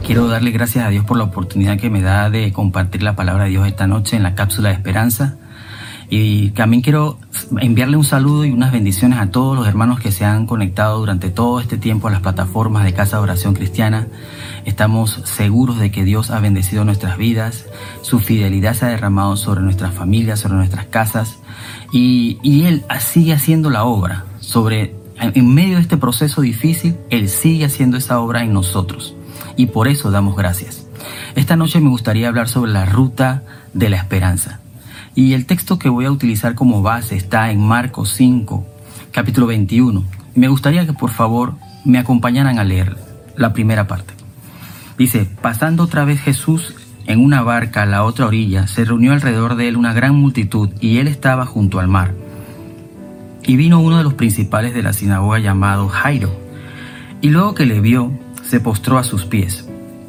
Quiero darle gracias a Dios por la oportunidad que me da de compartir la palabra de Dios esta noche en la cápsula de esperanza. Y también quiero enviarle un saludo y unas bendiciones a todos los hermanos que se han conectado durante todo este tiempo a las plataformas de Casa de Oración Cristiana. Estamos seguros de que Dios ha bendecido nuestras vidas, su fidelidad se ha derramado sobre nuestras familias, sobre nuestras casas, y Él sigue haciendo la obra. En medio de este proceso difícil, Él sigue haciendo esa obra en nosotros, y por eso damos gracias. Esta noche me gustaría hablar sobre la ruta de la esperanza. Y el texto que voy a utilizar como base está en Marcos 5, capítulo 21. Y me gustaría que por favor me acompañaran a leer la primera parte. Dice: pasando otra vez Jesús en una barca a la otra orilla, se reunió alrededor de él una gran multitud, y él estaba junto al mar. Y vino uno de los principales de la sinagoga llamado Jairo, y luego que le vio, se postró a sus pies.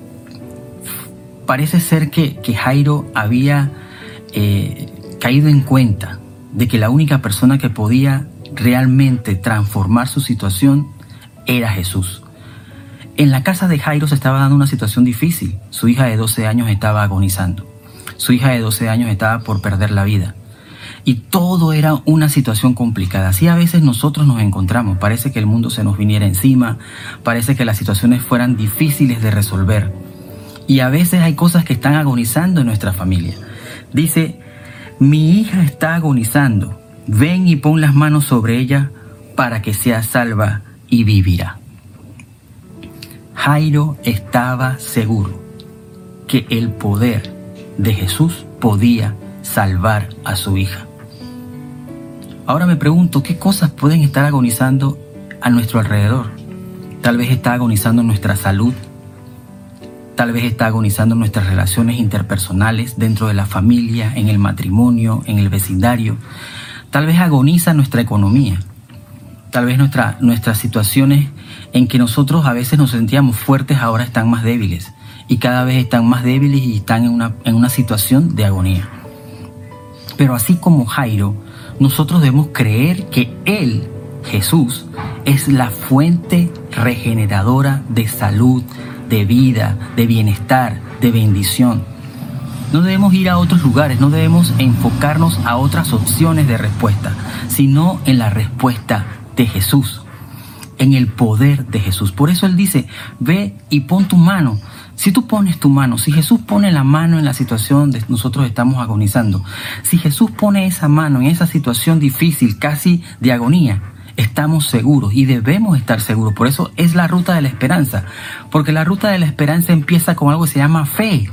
Parece ser que Jairo había caído en cuenta de que la única persona que podía realmente transformar su situación era Jesús. En la casa de Jairo se estaba dando una situación difícil. Su hija de 12 años estaba agonizando. Su hija de 12 años estaba por perder la vida. Y todo era una situación complicada. Así a veces nosotros nos encontramos. Parece que el mundo se nos viniera encima. Parece que las situaciones fueran difíciles de resolver. Y a veces hay cosas que están agonizando en nuestra familia. Dice: mi hija está agonizando, ven y pon las manos sobre ella para que sea salva y vivirá. Jairo estaba seguro que el poder de Jesús podía salvar a su hija. Ahora me pregunto, ¿qué cosas pueden estar agonizando a nuestro alrededor? Tal vez está agonizando nuestra salud. Tal vez está agonizando nuestras relaciones interpersonales dentro de la familia, en el matrimonio, en el vecindario. Tal vez agoniza nuestra economía. Tal vez nuestras situaciones en que nosotros a veces nos sentíamos fuertes ahora están más débiles. Y cada vez están más débiles y están en una situación de agonía. Pero así como Jairo, nosotros debemos creer que Él, Jesús, es la fuente regeneradora de salud, de vida, de bienestar, de bendición. No debemos ir a otros lugares, no debemos enfocarnos a otras opciones de respuesta, sino en la respuesta de Jesús, en el poder de Jesús. Por eso Él dice: ve y pon tu mano. Si tú pones tu mano, si Jesús pone la mano en la situación donde nosotros estamos agonizando, si Jesús pone esa mano en esa situación difícil, casi de agonía, estamos seguros y debemos estar seguros. Por eso es la ruta de la esperanza, porque la ruta de la esperanza empieza con algo que se llama fe.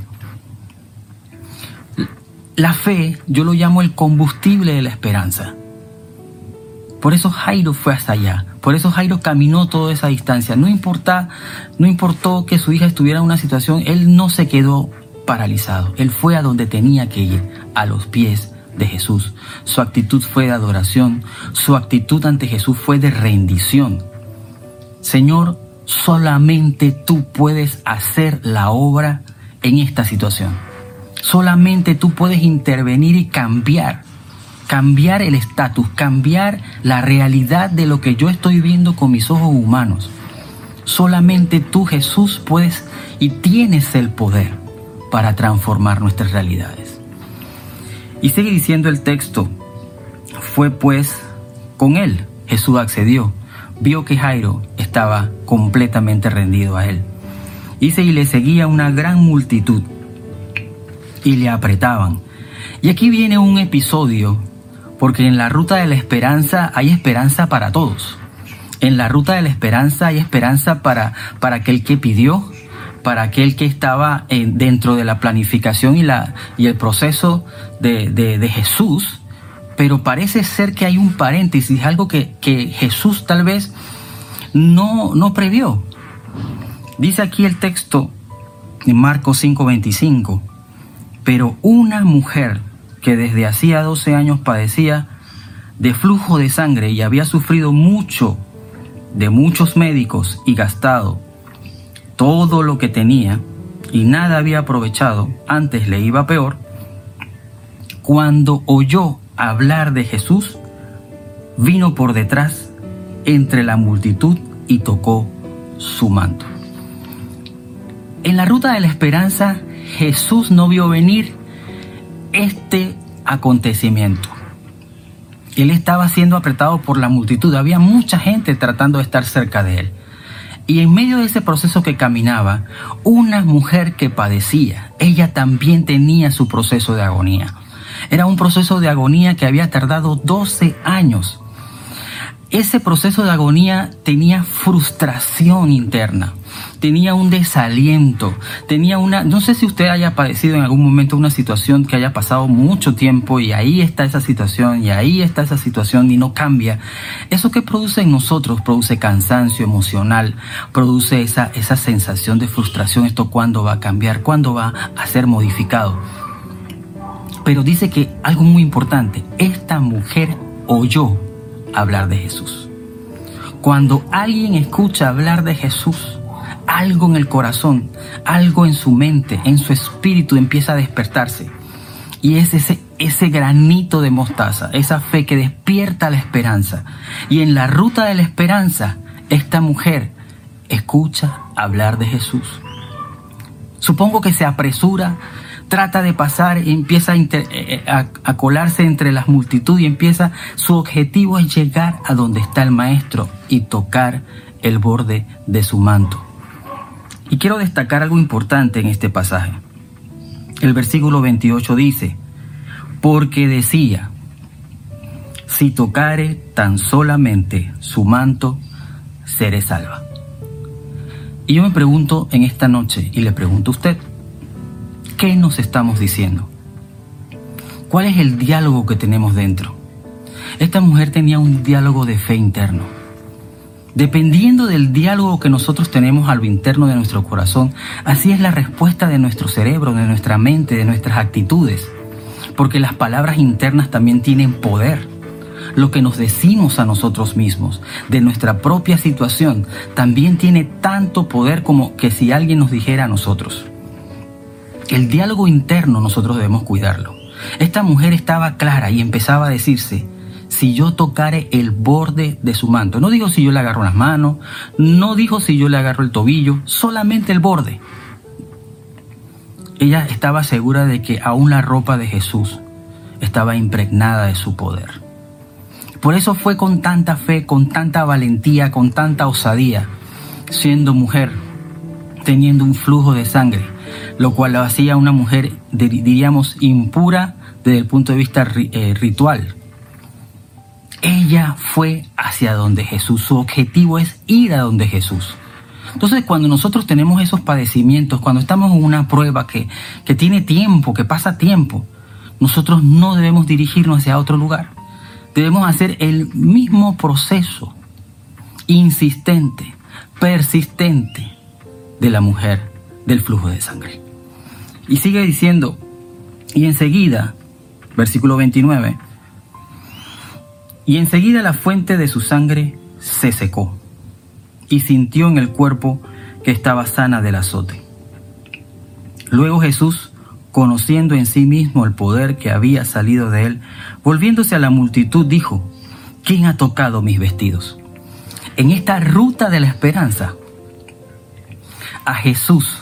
La fe, yo lo llamo el combustible de la esperanza. Por eso Jairo fue hasta allá. Por eso Jairo caminó toda esa distancia. No importó que su hija estuviera en una situación, él no se quedó paralizado. Él fue a donde tenía que ir, a los pies de Jesús. Su actitud fue de adoración. Su actitud ante Jesús fue de rendición. Señor, solamente tú puedes hacer la obra en esta situación. Solamente tú puedes intervenir y cambiar el estatus, cambiar la realidad de lo que yo estoy viendo con mis ojos humanos. Solamente tú, Jesús, puedes y tienes el poder para transformar nuestras realidades. Y sigue diciendo el texto: fue pues con él. Jesús accedió, vio que Jairo estaba completamente rendido a él. Dice: y le seguía una gran multitud y le apretaban. Y aquí viene un episodio, porque en la ruta de la esperanza hay esperanza para todos. En la ruta de la esperanza hay esperanza para aquel que pidió, para aquel que estaba dentro de la planificación y el proceso de Jesús. Pero parece ser que hay un paréntesis, algo que Jesús tal vez no previó. Dice aquí el texto en Marcos 5:25: pero una mujer que desde hacía 12 años padecía de flujo de sangre y había sufrido mucho de muchos médicos y gastado todo lo que tenía y nada había aprovechado, antes le iba peor, cuando oyó hablar de Jesús, vino por detrás entre la multitud y tocó su manto. En la ruta de la esperanza, Jesús no vio venir este acontecimiento. Él estaba siendo apretado por la multitud. Había mucha gente tratando de estar cerca de él. Y en medio de ese proceso que caminaba, una mujer que padecía, ella también tenía su proceso de agonía. Era un proceso de agonía que había tardado 12 años. Ese proceso de agonía tenía frustración interna, tenía un desaliento, no sé si usted haya padecido en algún momento una situación que haya pasado mucho tiempo y ahí está esa situación y no cambia. ¿Eso qué produce en nosotros? Produce cansancio emocional, produce esa sensación de frustración. ¿Esto cuándo va a cambiar? ¿Cuándo va a ser modificado? Pero dice que algo muy importante, esta mujer oyó hablar de Jesús. Cuando alguien escucha hablar de Jesús, algo en el corazón, algo en su mente, en su espíritu empieza a despertarse. Y es ese granito de mostaza, esa fe que despierta la esperanza. Y en la ruta de la esperanza, esta mujer escucha hablar de Jesús. Supongo que se apresura, trata de pasar y empieza a colarse entre las multitudes y su objetivo es llegar a donde está el maestro y tocar el borde de su manto. Y quiero destacar algo importante en este pasaje. El versículo 28 dice, porque decía, si tocare tan solamente su manto, seré salva. Y yo me pregunto en esta noche y le pregunto a usted, ¿qué nos estamos diciendo? ¿Cuál es el diálogo que tenemos dentro? Esta mujer tenía un diálogo de fe interno. Dependiendo del diálogo que nosotros tenemos a lo interno de nuestro corazón, así es la respuesta de nuestro cerebro, de nuestra mente, de nuestras actitudes. Porque las palabras internas también tienen poder. Lo que nos decimos a nosotros mismos de nuestra propia situación también tiene tanto poder como que si alguien nos dijera a nosotros. El diálogo interno nosotros debemos cuidarlo. Esta mujer estaba clara y empezaba a decirse, si yo tocare el borde de su manto. No digo si yo le agarro las manos, no dijo si yo le agarro el tobillo, solamente el borde. Ella estaba segura de que aún la ropa de Jesús estaba impregnada de su poder. Por eso fue con tanta fe, con tanta valentía, con tanta osadía, siendo mujer, teniendo un flujo de sangre, lo cual la hacía una mujer, diríamos, impura desde el punto de vista ritual. Ella fue hacia donde Jesús. Su objetivo es ir a donde Jesús. Entonces, cuando nosotros tenemos esos padecimientos, cuando estamos en una prueba que tiene tiempo, que pasa tiempo, nosotros no debemos dirigirnos hacia otro lugar. Debemos hacer el mismo proceso insistente, persistente de la mujer del flujo de sangre. Y sigue diciendo, y enseguida, versículo 29, y enseguida la fuente de su sangre se secó, y sintió en el cuerpo que estaba sana del azote. Luego Jesús, conociendo en sí mismo el poder que había salido de él, volviéndose a la multitud, dijo, ¿quién ha tocado mis vestidos? En esta ruta de la esperanza, a Jesús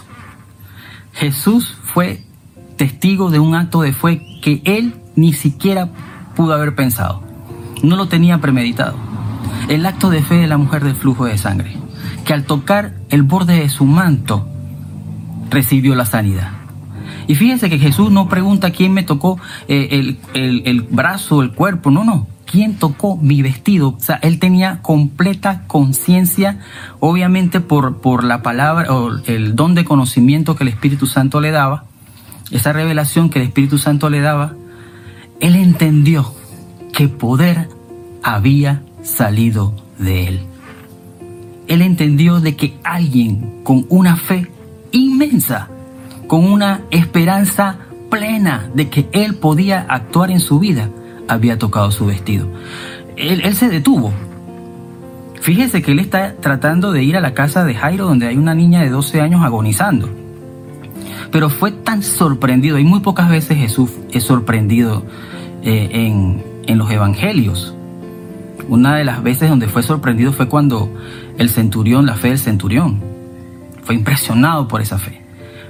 fue testigo de un acto de fe que él ni siquiera pudo haber pensado. No lo tenía premeditado. El acto de fe de la mujer del flujo de sangre, que al tocar el borde de su manto, recibió la sanidad. Y fíjense que Jesús no pregunta quién me tocó el brazo, el cuerpo, no. ¿Quién tocó mi vestido? O sea, él tenía completa conciencia, obviamente por la palabra o el don de conocimiento que el Espíritu Santo le daba, esa revelación que el Espíritu Santo le daba, él entendió que poder había salido de él. Él entendió de que alguien con una fe inmensa, con una esperanza plena de que él podía actuar en su vida, había tocado su vestido. Él se detuvo. Fíjese que él está tratando de ir a la casa de Jairo, donde hay una niña de 12 años agonizando. Pero fue tan sorprendido, y muy pocas veces Jesús es sorprendido en los evangelios. Una de las veces donde fue sorprendido fue cuando el centurión, la fe del centurión, fue impresionado por esa fe.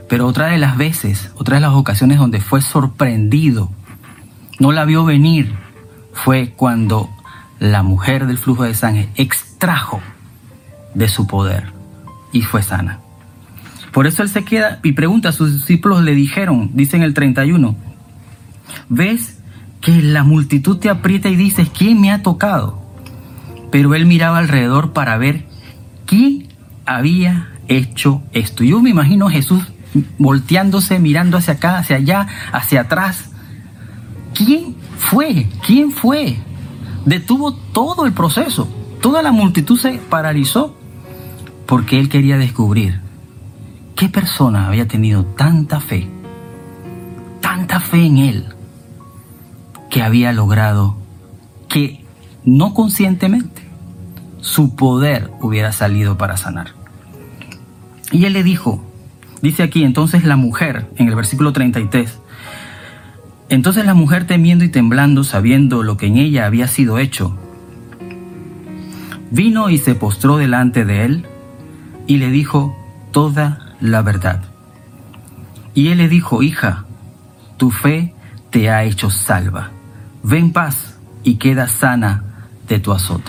Pero otra de las ocasiones donde fue sorprendido, no la vio venir, fue cuando la mujer del flujo de sangre extrajo de su poder y fue sana. Por eso él se queda y pregunta, a sus discípulos le dijeron, dice en el 31, ¿ves que la multitud te aprieta y dices, ¿quién me ha tocado? Pero él miraba alrededor para ver quién había hecho esto. Yo me imagino a Jesús volteándose, mirando hacia acá, hacia allá, hacia atrás. ¿Quién fue? ¿Quién fue? Detuvo todo el proceso. Toda la multitud se paralizó porque él quería descubrir qué persona había tenido tanta fe en él, que había logrado que no conscientemente su poder hubiera salido para sanar. Y él le dijo, dice aquí, entonces la mujer, en el versículo 33, entonces la mujer temiendo y temblando, sabiendo lo que en ella había sido hecho, vino y se postró delante de él y le dijo toda la verdad. Y él le dijo, hija, tu fe te ha hecho salva. Ve en paz y queda sana de tu azote.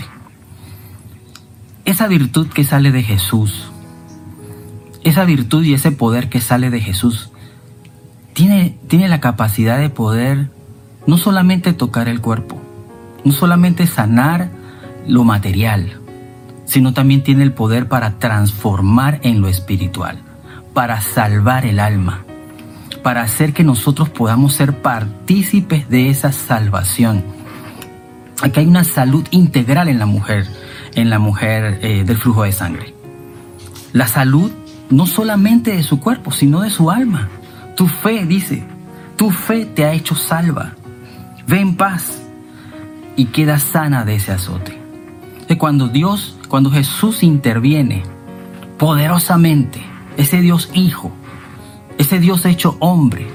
Esa virtud que sale de Jesús, esa virtud y ese poder que sale de Jesús, tiene la capacidad de poder no solamente tocar el cuerpo, no solamente sanar lo material, sino también tiene el poder para transformar en lo espiritual, para salvar el alma, para hacer que nosotros podamos ser partícipes de esa salvación. Aquí hay una salud integral en la mujer del flujo de sangre. La salud no solamente de su cuerpo, sino de su alma. Tu fe, dice, tu fe te ha hecho salva. Ve en paz y queda sana de ese azote. Cuando Jesús interviene poderosamente, ese Dios Hijo, ese Dios hecho hombre,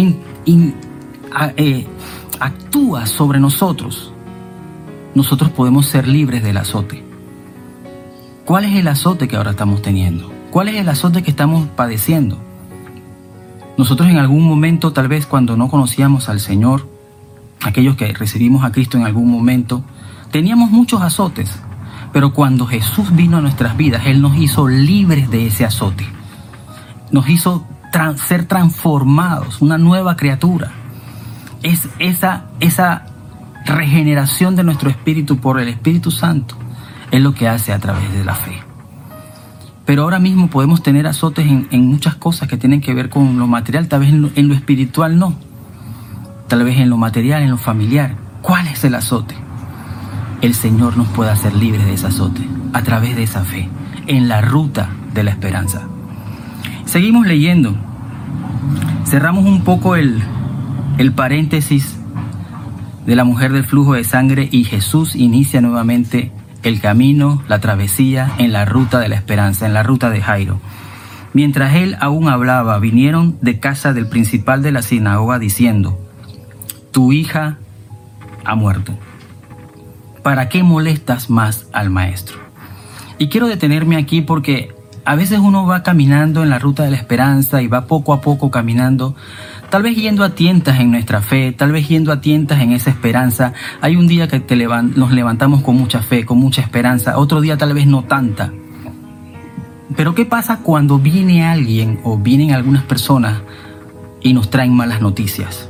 actúa sobre nosotros podemos ser libres del azote. ¿Cuál es el azote que ahora estamos teniendo? ¿Cuál es el azote que estamos padeciendo? Nosotros en algún momento, tal vez cuando no conocíamos al Señor, aquellos que recibimos a Cristo en algún momento, teníamos muchos azotes, pero cuando Jesús vino a nuestras vidas, Él nos hizo libres de ese azote. Nos hizo ser transformados, una nueva criatura. Es esa regeneración de nuestro espíritu por el Espíritu Santo, es lo que hace a través de la fe. Pero ahora mismo podemos tener azotes en muchas cosas que tienen que ver con lo material, tal vez en lo espiritual no, tal vez en lo material, en lo familiar. ¿Cuál es el azote? El Señor nos puede hacer libres de ese azote a través de esa fe, en la ruta de la esperanza. Seguimos leyendo. Cerramos un poco el paréntesis de la mujer del flujo de sangre y Jesús inicia nuevamente el camino, la travesía en la ruta de la esperanza, en la ruta de Jairo. Mientras él aún hablaba, vinieron de casa del principal de la sinagoga diciendo, tu hija ha muerto. ¿Para qué molestas más al maestro? Y quiero detenerme aquí porque a veces uno va caminando en la ruta de la esperanza y va poco a poco caminando, tal vez yendo a tientas en nuestra fe, tal vez yendo a tientas en esa esperanza. Hay un día que nos levantamos con mucha fe, con mucha esperanza, otro día tal vez no tanta. Pero ¿qué pasa cuando viene alguien o vienen algunas personas y nos traen malas noticias?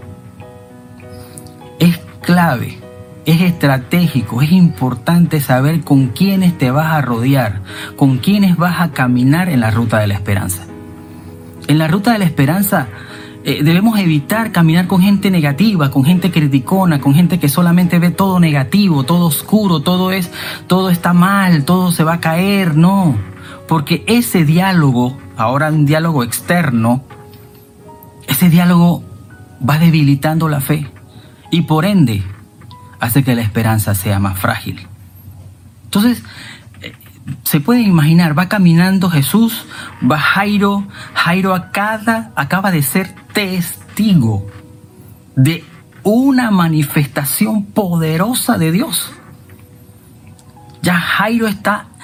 Es clave, es estratégico, es importante saber con quiénes te vas a rodear, con quiénes vas a caminar en la ruta de la esperanza. En la ruta de la esperanza debemos evitar caminar con gente negativa, con gente criticona, con gente que solamente ve todo negativo, todo oscuro, todo está mal, todo se va a caer. No, porque ese diálogo, ahora un diálogo externo, ese diálogo va debilitando la fe y por ende hace que la esperanza sea más frágil. Entonces, se pueden imaginar, va caminando Jesús, va Jairo acaba de ser testigo de una manifestación poderosa de Dios. Ya Jairo está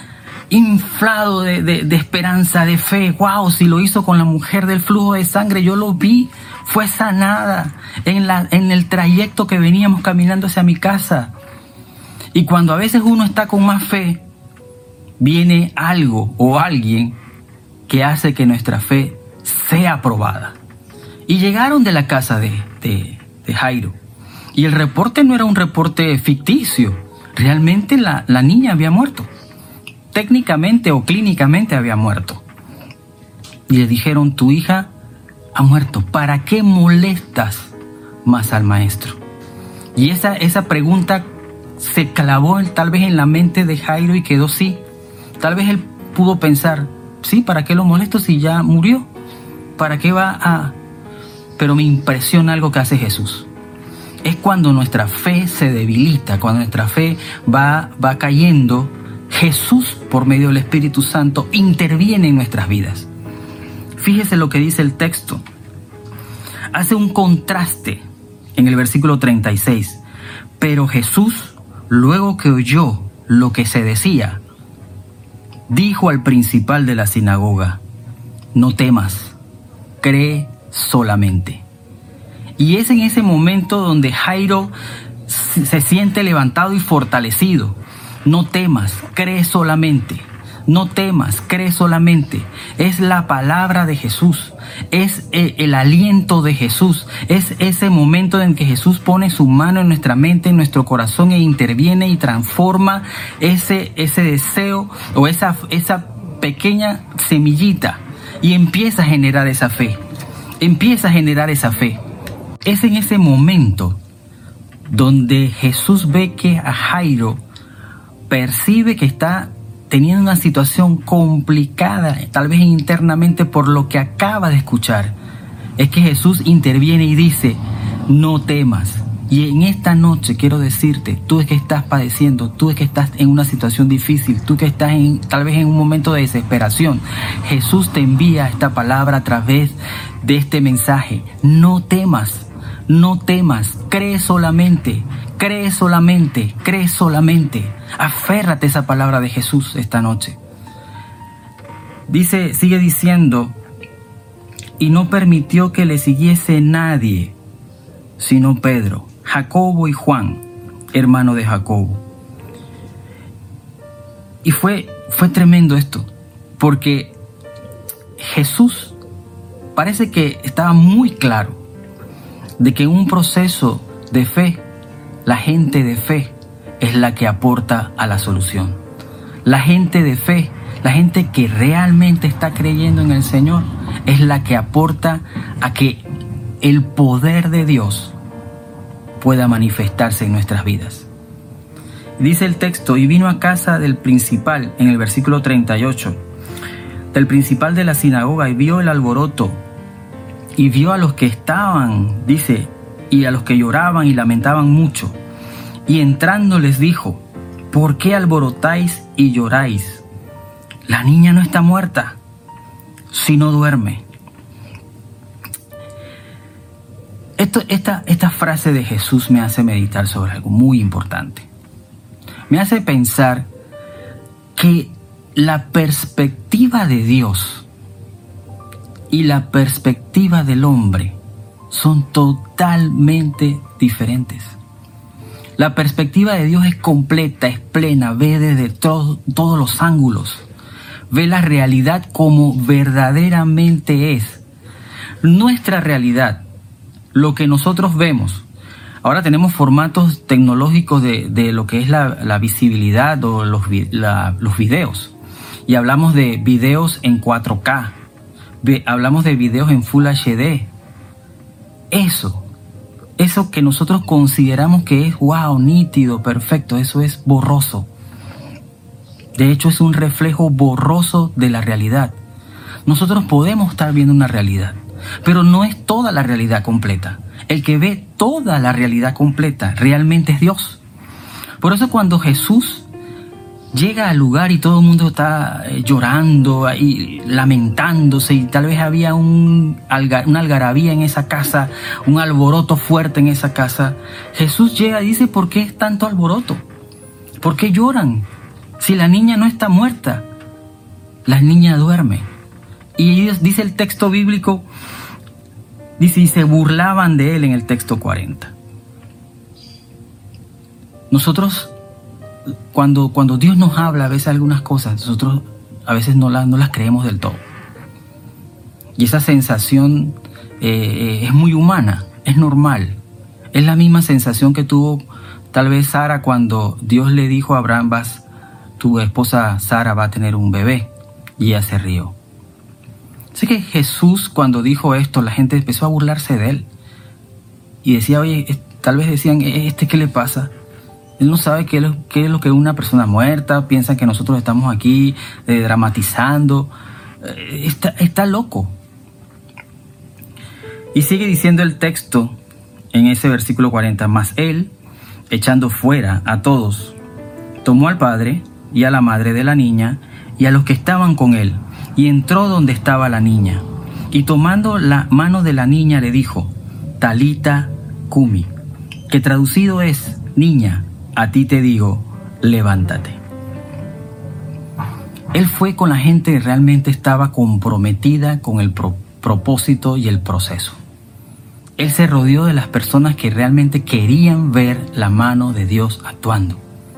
inflado de esperanza, de fe. ¡Wow! Si lo hizo con la mujer del flujo de sangre, yo lo vi. Fue sanada en el trayecto que veníamos caminando hacia mi casa. Y cuando a veces uno está con más fe, viene algo o alguien que hace que nuestra fe sea probada. Y llegaron de la casa de Jairo. Y el reporte no era un reporte ficticio. Realmente la niña había muerto. Técnicamente o clínicamente había muerto. Y le dijeron, tu hija ha muerto. ¿Para qué molestas más al maestro? Y esa pregunta se clavó tal vez en la mente de Jairo y quedó así. Tal vez él pudo pensar, sí, ¿para qué lo molesto si ya murió? ¿Para qué va a...? Pero me impresiona algo que hace Jesús. Es cuando nuestra fe se debilita, cuando nuestra fe va cayendo, Jesús, por medio del Espíritu Santo, interviene en nuestras vidas. Fíjese lo que dice el texto. Hace un contraste en el versículo 36. Pero Jesús, luego que oyó lo que se decía, dijo al principal de la sinagoga, no temas, cree solamente. Y es en ese momento donde Jairo se siente levantado y fortalecido. No temas, cree solamente. No temas, cree solamente. Es la palabra de Jesús. Es el aliento de Jesús. Es ese momento en que Jesús pone su mano en nuestra mente, en nuestro corazón e interviene y transforma ese deseo o esa pequeña semillita y empieza a generar esa fe. Empieza a generar esa fe. Es en ese momento donde Jesús ve que a Jairo percibe que está teniendo una situación complicada, tal vez internamente por lo que acaba de escuchar. Es que Jesús interviene y dice, no temas. Y en esta noche quiero decirte, tú es que estás padeciendo, tú es que estás en una situación difícil, tú que estás tal vez en un momento de desesperación. Jesús te envía esta palabra a través de este mensaje. No temas. No temas, cree solamente, cree solamente, cree solamente. Aférrate a esa palabra de Jesús esta noche. Sigue diciendo, y no permitió que le siguiese nadie, sino Pedro, Jacobo y Juan, hermano de Jacobo. Y fue tremendo esto, porque Jesús parece que estaba muy claro de que en un proceso de fe, la gente de fe es la que aporta a la solución. La gente de fe, la gente que realmente está creyendo en el Señor, es la que aporta a que el poder de Dios pueda manifestarse en nuestras vidas. Dice el texto, y vino a casa del principal, en el versículo 38, del principal de la sinagoga, y vio el alboroto, y vio a los que estaban, dice, y a los que lloraban y lamentaban mucho. Y entrando les dijo, ¿por qué alborotáis y lloráis? La niña no está muerta, sino duerme. Esta frase de Jesús me hace meditar sobre algo muy importante. Me hace pensar que la perspectiva de Dios y la perspectiva del hombre son totalmente diferentes. La perspectiva de Dios es completa, es plena, ve desde todos los ángulos, ve la realidad como verdaderamente es. Nuestra realidad, lo que nosotros vemos, ahora tenemos formatos tecnológicos de lo que es la visibilidad o los videos, y hablamos de videos en 4K, hablamos de videos en Full HD. Eso que nosotros consideramos que es wow, nítido, perfecto, eso es borroso. De hecho, es un reflejo borroso de la realidad. Nosotros podemos estar viendo una realidad, pero no es toda la realidad completa. El que ve toda la realidad completa realmente es Dios. Por eso cuando Jesús llega al lugar y todo el mundo está llorando y lamentándose, y tal vez había una algarabía en esa casa, un alboroto fuerte en esa casa, Jesús llega y dice, ¿por qué es tanto alboroto? ¿Por qué lloran? Si la niña no está muerta, la niña duerme. Y ellos, dice el texto bíblico, dice, y se burlaban de él en el texto 40. Nosotros, cuando Dios nos habla a veces algunas cosas, nosotros a veces no las creemos del todo. Y esa sensación es muy humana, es normal. Es la misma sensación que tuvo tal vez Sara cuando Dios le dijo a Abraham, tu esposa Sara va a tener un bebé, y ella se rió. Sé que Jesús, cuando dijo esto, la gente empezó a burlarse de él. Y decía, oye, tal vez decían, ¿qué le pasa? Él no sabe qué es lo que una persona muerta, piensa que nosotros estamos aquí dramatizando. Está loco. Y sigue diciendo el texto en ese versículo 40, mas él, echando fuera a todos, tomó al padre y a la madre de la niña y a los que estaban con él, y entró donde estaba la niña, y tomando la mano de la niña le dijo, Talita cumi, que traducido es, niña, a ti te digo, levántate. Él fue con la gente que realmente estaba comprometida con el propósito y el proceso. Él se rodeó de las personas que realmente querían ver la mano de Dios actuando.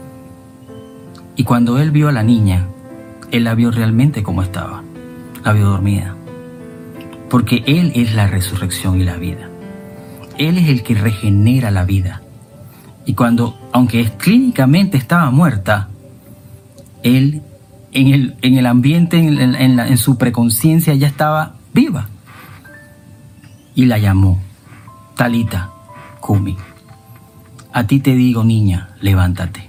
Y cuando él vio a la niña, él la vio realmente como estaba. La vio dormida. Porque Él es la resurrección y la vida. Él es el que regenera la vida. Y aunque clínicamente estaba muerta, Él en el ambiente, en su preconciencia ya estaba viva. Y la llamó, Talita cumi. A ti te digo, niña, levántate.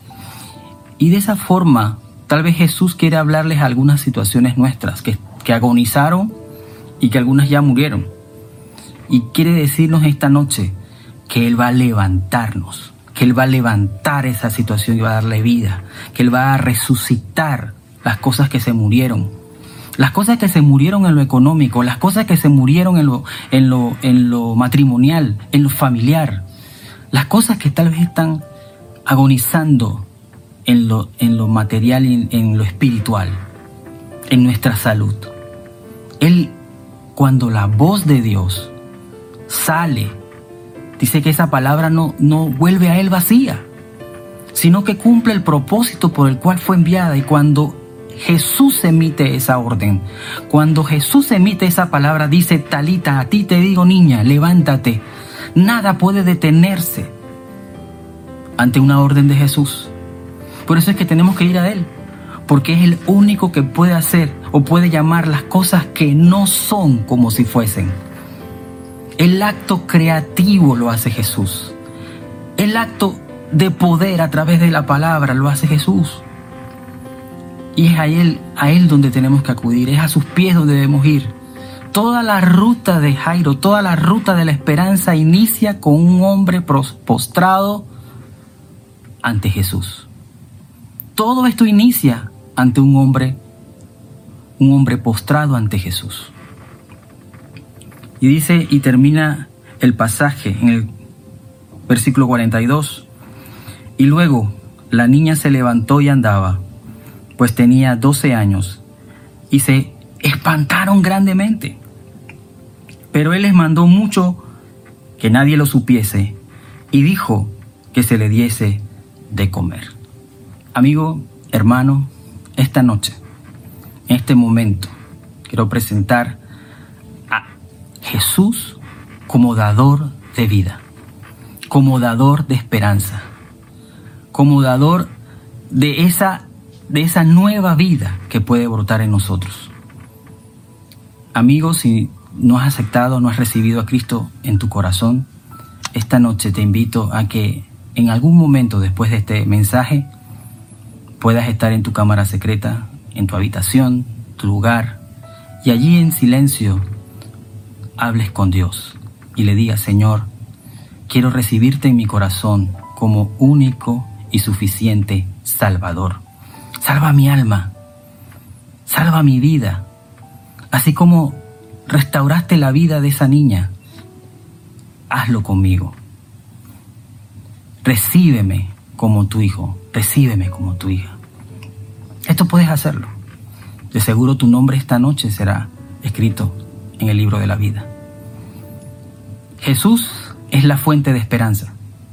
Y de esa forma, tal vez Jesús quiere hablarles a algunas situaciones nuestras que agonizaron y que algunas ya murieron. Y quiere decirnos esta noche que Él va a levantarnos, que Él va a levantar esa situación y va a darle vida, que Él va a resucitar las cosas que se murieron. Las cosas que se murieron en lo económico, las cosas que se murieron en lo matrimonial, en lo familiar. Las cosas que tal vez están agonizando en lo material y en lo espiritual, en nuestra salud. Él, cuando la voz de Dios sale, dice que esa palabra no vuelve a Él vacía, sino que cumple el propósito por el cual fue enviada. Y cuando Jesús emite esa orden, cuando Jesús emite esa palabra, dice, Talita, a ti te digo, niña, levántate. Nada puede detenerse ante una orden de Jesús. Por eso es que tenemos que ir a Él, porque es el único que puede hacer o puede llamar las cosas que no son como si fuesen. El acto creativo lo hace Jesús. El acto de poder a través de la palabra lo hace Jesús. Y es a Él donde tenemos que acudir, es a sus pies donde debemos ir. Toda la ruta de Jairo, toda la ruta de la esperanza inicia con un hombre postrado ante Jesús. Todo esto inicia ante un hombre postrado ante Jesús. Y dice, y termina el pasaje en el versículo 42. Y luego la niña se levantó y andaba, pues tenía 12 años, y se espantaron grandemente. Pero él les mandó mucho que nadie lo supiese, y dijo que se le diese de comer. Amigo, hermano, esta noche, en este momento, quiero presentar a Jesús como dador de vida, como dador de esperanza, como dador de esa nueva vida que puede brotar en nosotros. Amigo, si no has aceptado, no has recibido a Cristo en tu corazón, esta noche te invito a que en algún momento después de este mensaje puedas estar en tu cámara secreta, en tu habitación, tu lugar, y allí en silencio hables con Dios y le digas, Señor, quiero recibirte en mi corazón como único y suficiente Salvador. Salva mi alma, salva mi vida, así como restauraste la vida de esa niña, hazlo conmigo. Recíbeme como tu hijo, recíbeme como tu hija. Esto puedes hacerlo. De seguro tu nombre esta noche será escrito en el libro de la vida. Jesús es la fuente de esperanza.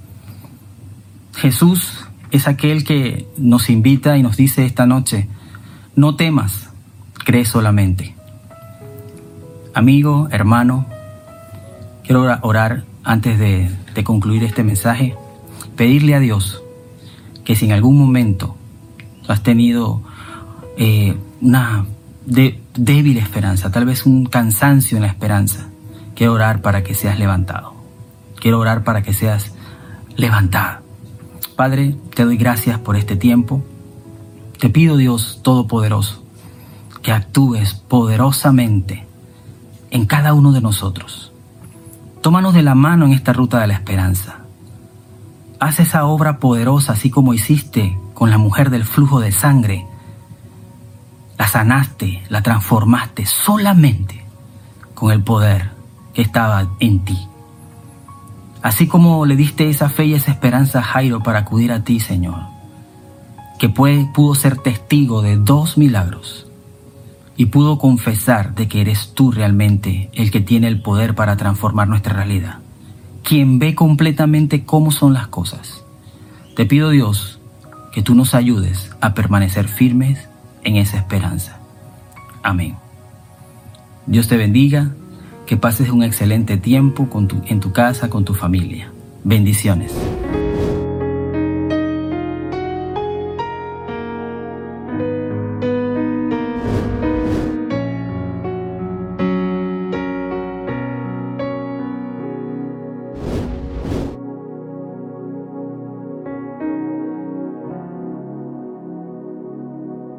Jesús es aquel que nos invita y nos dice esta noche: no temas, cree solamente. Amigo, hermano, quiero orar antes de concluir este mensaje, pedirle a Dios que si en algún momento has tenido una débil esperanza, tal vez un cansancio en la esperanza, quiero orar para que seas levantado. Quiero orar para que seas levantada. Padre, te doy gracias por este tiempo. Te pido, Dios Todopoderoso, que actúes poderosamente en cada uno de nosotros. Tómanos de la mano en esta ruta de la esperanza. Haz esa obra poderosa, así como hiciste con la mujer del flujo de sangre. La sanaste, la transformaste solamente con el poder que estaba en ti. Así como le diste esa fe y esa esperanza a Jairo para acudir a ti, Señor, que pudo ser testigo de 2 milagros y pudo confesar de que eres tú realmente el que tiene el poder para transformar nuestra realidad, quien ve completamente cómo son las cosas. Te pido, Dios, que tú nos ayudes a permanecer firmes en esa esperanza. Amén. Dios te bendiga, que pases un excelente tiempo en tu casa, con tu familia. Bendiciones.